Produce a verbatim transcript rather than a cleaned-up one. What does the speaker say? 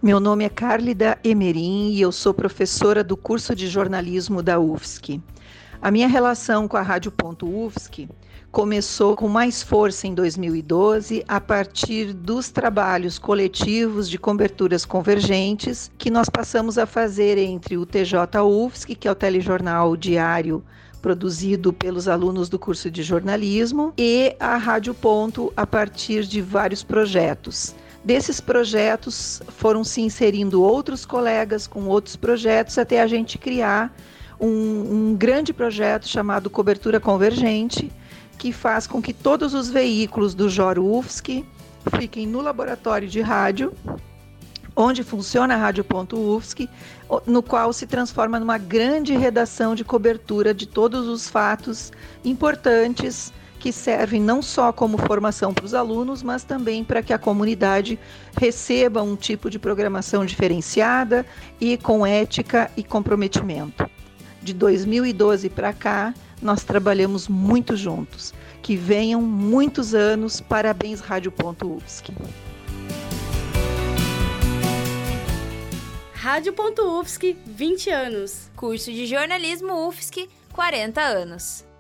Meu nome é Cárlida Emerim e eu sou professora do curso de jornalismo da U F S C. A minha relação com a Rádio Ponto U F S C começou com mais força em dois mil e doze, a partir dos trabalhos coletivos de coberturas convergentes que nós passamos a fazer entre o T J U F S C, que é o telejornal diário produzido pelos alunos do curso de jornalismo, e a Rádio Ponto a partir de vários projetos. Desses projetos foram se inserindo outros colegas com outros projetos até a gente criar um, um grande projeto chamado Cobertura Convergente, que faz com que todos os veículos do J O R U F S C fiquem no laboratório de rádio, onde funciona a Rádio Ponto U F S C, no qual se transforma numa grande redação de cobertura de todos os fatos importantes que servem não só como formação para os alunos, mas também para que a comunidade receba um tipo de programação diferenciada e com ética e comprometimento. De dois mil e doze para cá, nós trabalhamos muito juntos. Que venham muitos anos. Parabéns, Rádio Ponto U F S C. Rádio Ponto U F S C, vinte anos. Curso de jornalismo U F S C, quarenta anos.